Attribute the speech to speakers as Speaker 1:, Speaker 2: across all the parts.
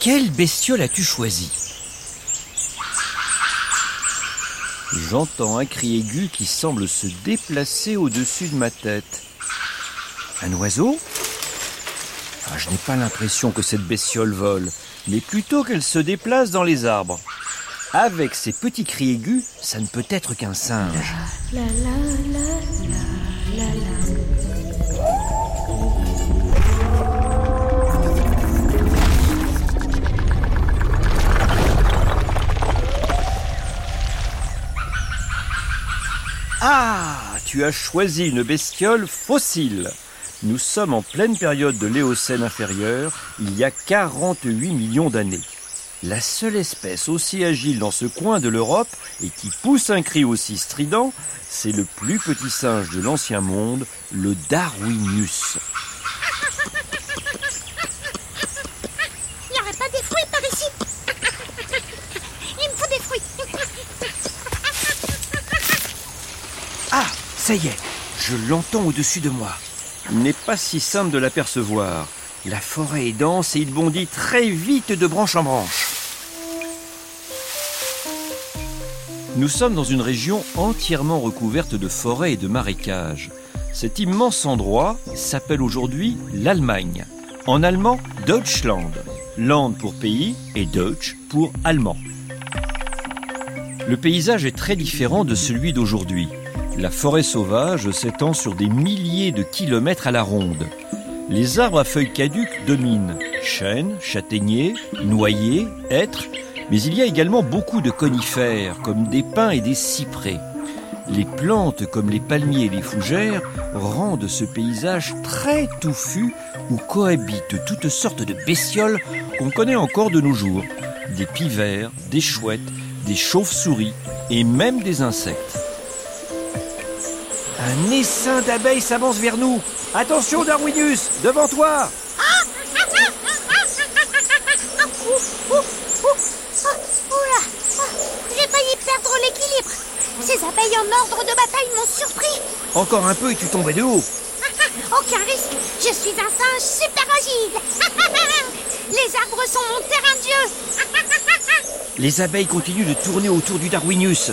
Speaker 1: Quelle bestiole as-tu choisi ? J'entends un cri aigu qui semble se déplacer au-dessus de ma tête. Un oiseau ? Je n'ai pas l'impression que cette bestiole vole, mais plutôt qu'elle se déplace dans les arbres. Avec ses petits cris aigus, ça ne peut être qu'un singe.
Speaker 2: La la la la la la.
Speaker 1: Ah, tu as choisi une bestiole fossile. Nous sommes en pleine période de l'Éocène inférieur, il y a 48 millions d'années. La seule espèce aussi agile dans ce coin de l'Europe et qui pousse un cri aussi strident, c'est le plus petit singe de l'ancien monde, le Darwinius.
Speaker 3: Il n'y aurait pas des fruits par ici. Il me faut des fruits.
Speaker 1: Ah, ça y est, je l'entends au-dessus de moi. Il n'est pas si simple de l'apercevoir. La forêt est dense et il bondit très vite de branche en branche. Nous sommes dans une région entièrement recouverte de forêts et de marécages. Cet immense endroit s'appelle aujourd'hui l'Allemagne. En allemand, Deutschland. Land pour pays et Deutsch pour allemand. Le paysage est très différent de celui d'aujourd'hui. La forêt sauvage s'étend sur des milliers de kilomètres à la ronde. Les arbres à feuilles caduques dominent. Chênes, châtaigniers, noyers, hêtres. Mais il y a également beaucoup de conifères, comme des pins et des cyprès. Les plantes, comme les palmiers et les fougères, rendent ce paysage très touffu où cohabitent toutes sortes de bestioles qu'on connaît encore de nos jours. Des pivers, des chouettes, des chauves-souris et même des insectes. Un essaim d'abeilles s'avance vers nous. Attention Darwinius, devant toi.
Speaker 3: Oula, j'ai failli perdre l'équilibre. Ces abeilles en ordre de bataille m'ont surpris.
Speaker 1: Encore un peu et tu tombais de haut.
Speaker 3: Aucun risque, je suis un singe super agile. Les arbres sont mon terrain de jeu.
Speaker 1: Les abeilles continuent de tourner autour du Darwinius.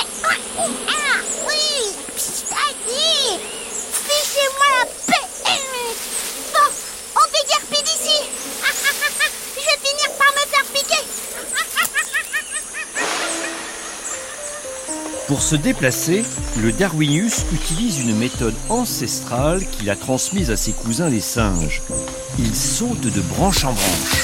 Speaker 3: Oui, allez, fichez-moi la paix. Bon, on déguerpit d'ici. Je vais finir par me faire piquer.
Speaker 1: Pour se déplacer, le Darwinius utilise une méthode ancestrale qu'il a transmise à ses cousins les singes. Il saute de branche en branche.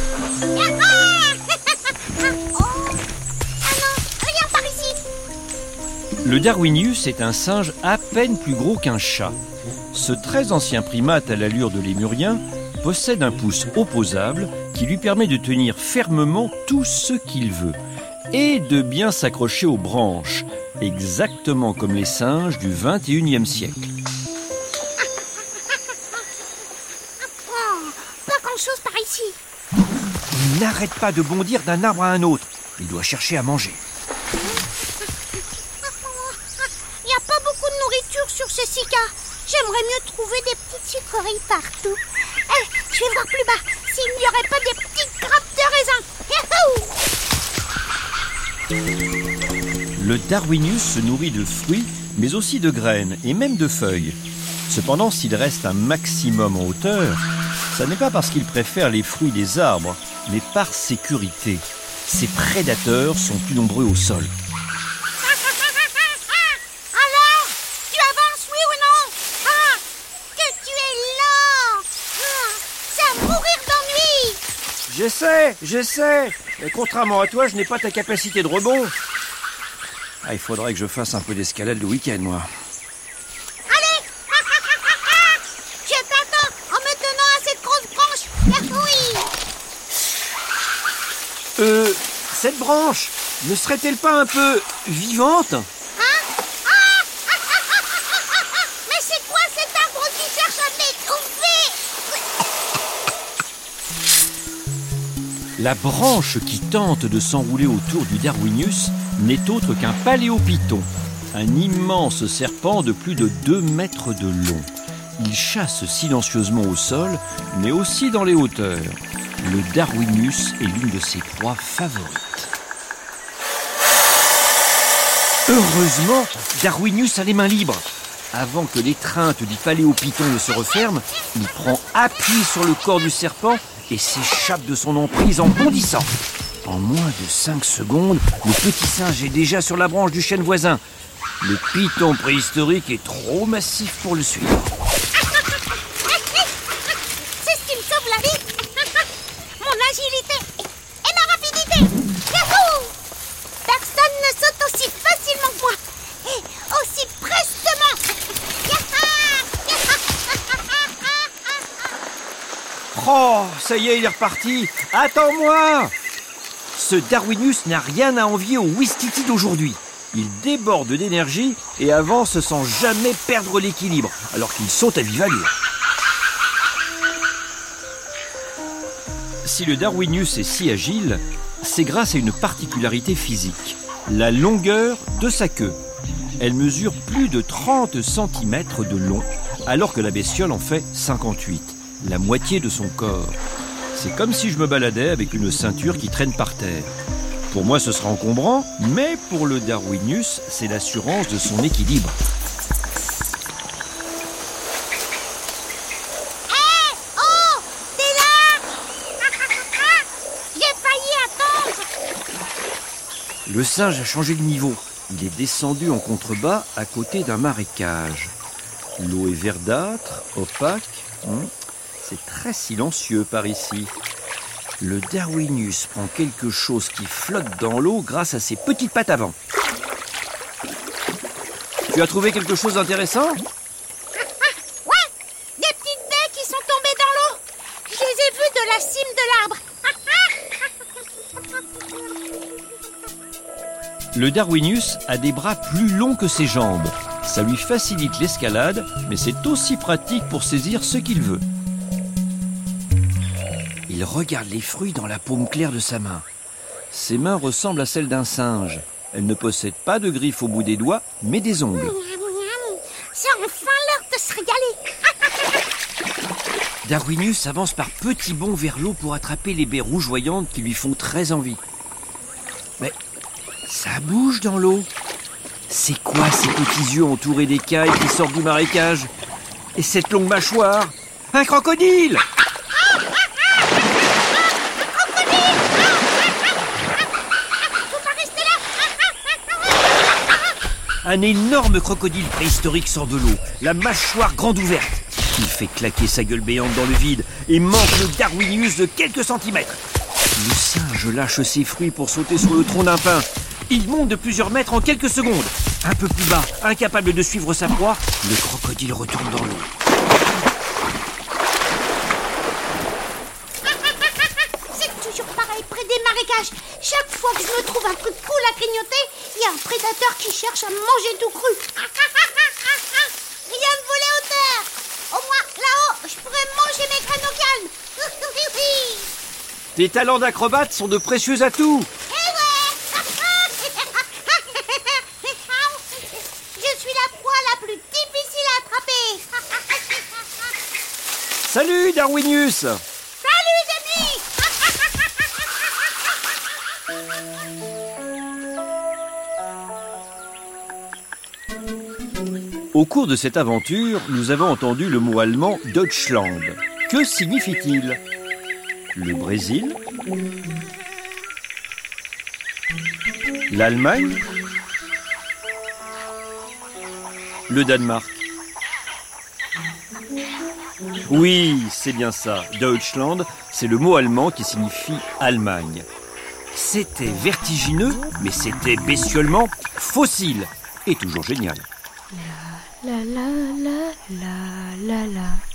Speaker 1: Le Darwinius est un singe à peine plus gros qu'un chat. Ce très ancien primate à l'allure de lémurien possède un pouce opposable qui lui permet de tenir fermement tout ce qu'il veut et de bien s'accrocher aux branches, exactement comme les singes du XXIe siècle.
Speaker 3: Pas grand-chose par ici.
Speaker 1: Il n'arrête pas de bondir d'un arbre à un autre. Il doit chercher à manger.
Speaker 3: Il n'y a pas beaucoup de nourriture sur ce Sika. J'aimerais mieux trouver des petites sucreries partout. Je vais voir plus bas s'il n'y aurait pas des petites grappes de raisin.
Speaker 1: Le Darwinius se nourrit de fruits, mais aussi de graines et même de feuilles. Cependant, s'il reste un maximum en hauteur, ça n'est pas parce qu'il préfère les fruits des arbres, mais par sécurité. Ses prédateurs sont plus nombreux au sol.
Speaker 3: Alors, tu avances, oui ou non? Que tu es lent. C'est à mourir d'ennui.
Speaker 1: J'essaie. Mais contrairement à toi, je n'ai pas ta capacité de rebond. Il faudrait que je fasse un peu d'escalade le week-end, moi.
Speaker 3: Allez. Je t'attends en me tenant à cette grosse branche. Oui.
Speaker 1: Cette branche, ne serait-elle pas un peu vivante ?
Speaker 3: Mais c'est quoi cet arbre qui cherche à m'étouffer?
Speaker 1: La branche qui tente de s'enrouler autour du Darwinius n'est autre qu'un paléopython, un immense serpent de plus de 2 mètres de long. Il chasse silencieusement au sol, mais aussi dans les hauteurs. Le Darwinus est l'une de ses proies favorites. Heureusement, Darwinus a les mains libres. Avant que l'étreinte du paléopython ne se referme, il prend appui sur le corps du serpent et s'échappe de son emprise en bondissant. En moins de 5 secondes, le petit singe est déjà sur la branche du chêne voisin. Le python préhistorique est trop massif pour le suivre.
Speaker 3: C'est ce qui me sauve la vie. Mon agilité et ma rapidité. Yahoo! Personne ne saute aussi facilement que moi. Et aussi prestement.
Speaker 1: Oh, ça y est, il est reparti. Attends-moi! Ce Darwinus n'a rien à envier au Ouistiti d'aujourd'hui. Il déborde d'énergie et avance sans jamais perdre l'équilibre, alors qu'il saute à vive allure. Si le Darwinus est si agile, c'est grâce à une particularité physique, la longueur de sa queue. Elle mesure plus de 30 cm de long, alors que la bestiole en fait 58, la moitié de son corps. C'est comme si je me baladais avec une ceinture qui traîne par terre. Pour moi, ce sera encombrant, mais pour le Darwinus, c'est l'assurance de son équilibre.
Speaker 3: Hé! Oh! T'es là? J'ai failli attendre.
Speaker 1: Le singe a changé de niveau. Il est descendu en contrebas à côté d'un marécage. L'eau est verdâtre, opaque. C'est très silencieux par ici. Le Darwinus prend quelque chose qui flotte dans l'eau grâce à ses petites pattes avant. Tu as trouvé quelque chose d'intéressant ?
Speaker 3: Ouais! Des petites baies qui sont tombées dans l'eau. Je les ai vues de la cime de l'arbre.
Speaker 1: Le Darwinus a des bras plus longs que ses jambes. Ça lui facilite l'escalade, mais c'est aussi pratique pour saisir ce qu'il veut. Il regarde les fruits dans la paume claire de sa main. Ses mains ressemblent à celles d'un singe. Elles ne possèdent pas de griffes au bout des doigts, mais des ongles.
Speaker 3: C'est enfin l'heure de se régaler.
Speaker 1: Darwinus avance par petits bonds vers l'eau pour attraper les baies rougeoyantes qui lui font très envie. Mais ça bouge dans l'eau. C'est quoi ces petits yeux entourés d'écailles qui sortent du marécage? Et cette longue mâchoire? Un crocodile! Un énorme crocodile préhistorique sort de l'eau, la mâchoire grande ouverte. Il fait claquer sa gueule béante dans le vide et manque le Darwinus de quelques centimètres. Le singe lâche ses fruits pour sauter sur le tronc d'un pin. Il monte de plusieurs mètres en quelques secondes. Un peu plus bas, incapable de suivre sa proie, le crocodile retourne dans l'eau.
Speaker 3: C'est toujours pareil près des marécages. Chaque fois que je me trouve un truc cool à grignoter, il y a un prédateur qui cherche à me manger tout cru. Rien de voler hauteur. Au moins, là-haut, je pourrais manger mes graines au calme.
Speaker 1: Tes talents d'acrobate sont de précieux atouts.
Speaker 3: Eh ouais. Je suis la proie la plus difficile à attraper.
Speaker 1: Salut Darwinus.
Speaker 3: Salut, Denis.
Speaker 1: Au cours de cette aventure, nous avons entendu le mot allemand Deutschland. Que signifie-t-il ? Le Brésil ? L'Allemagne ? Le Danemark ? Oui, c'est bien ça. Deutschland, c'est le mot allemand qui signifie Allemagne. C'était vertigineux, mais c'était bestiolement fossile. Et toujours génial.
Speaker 2: La la la la la la.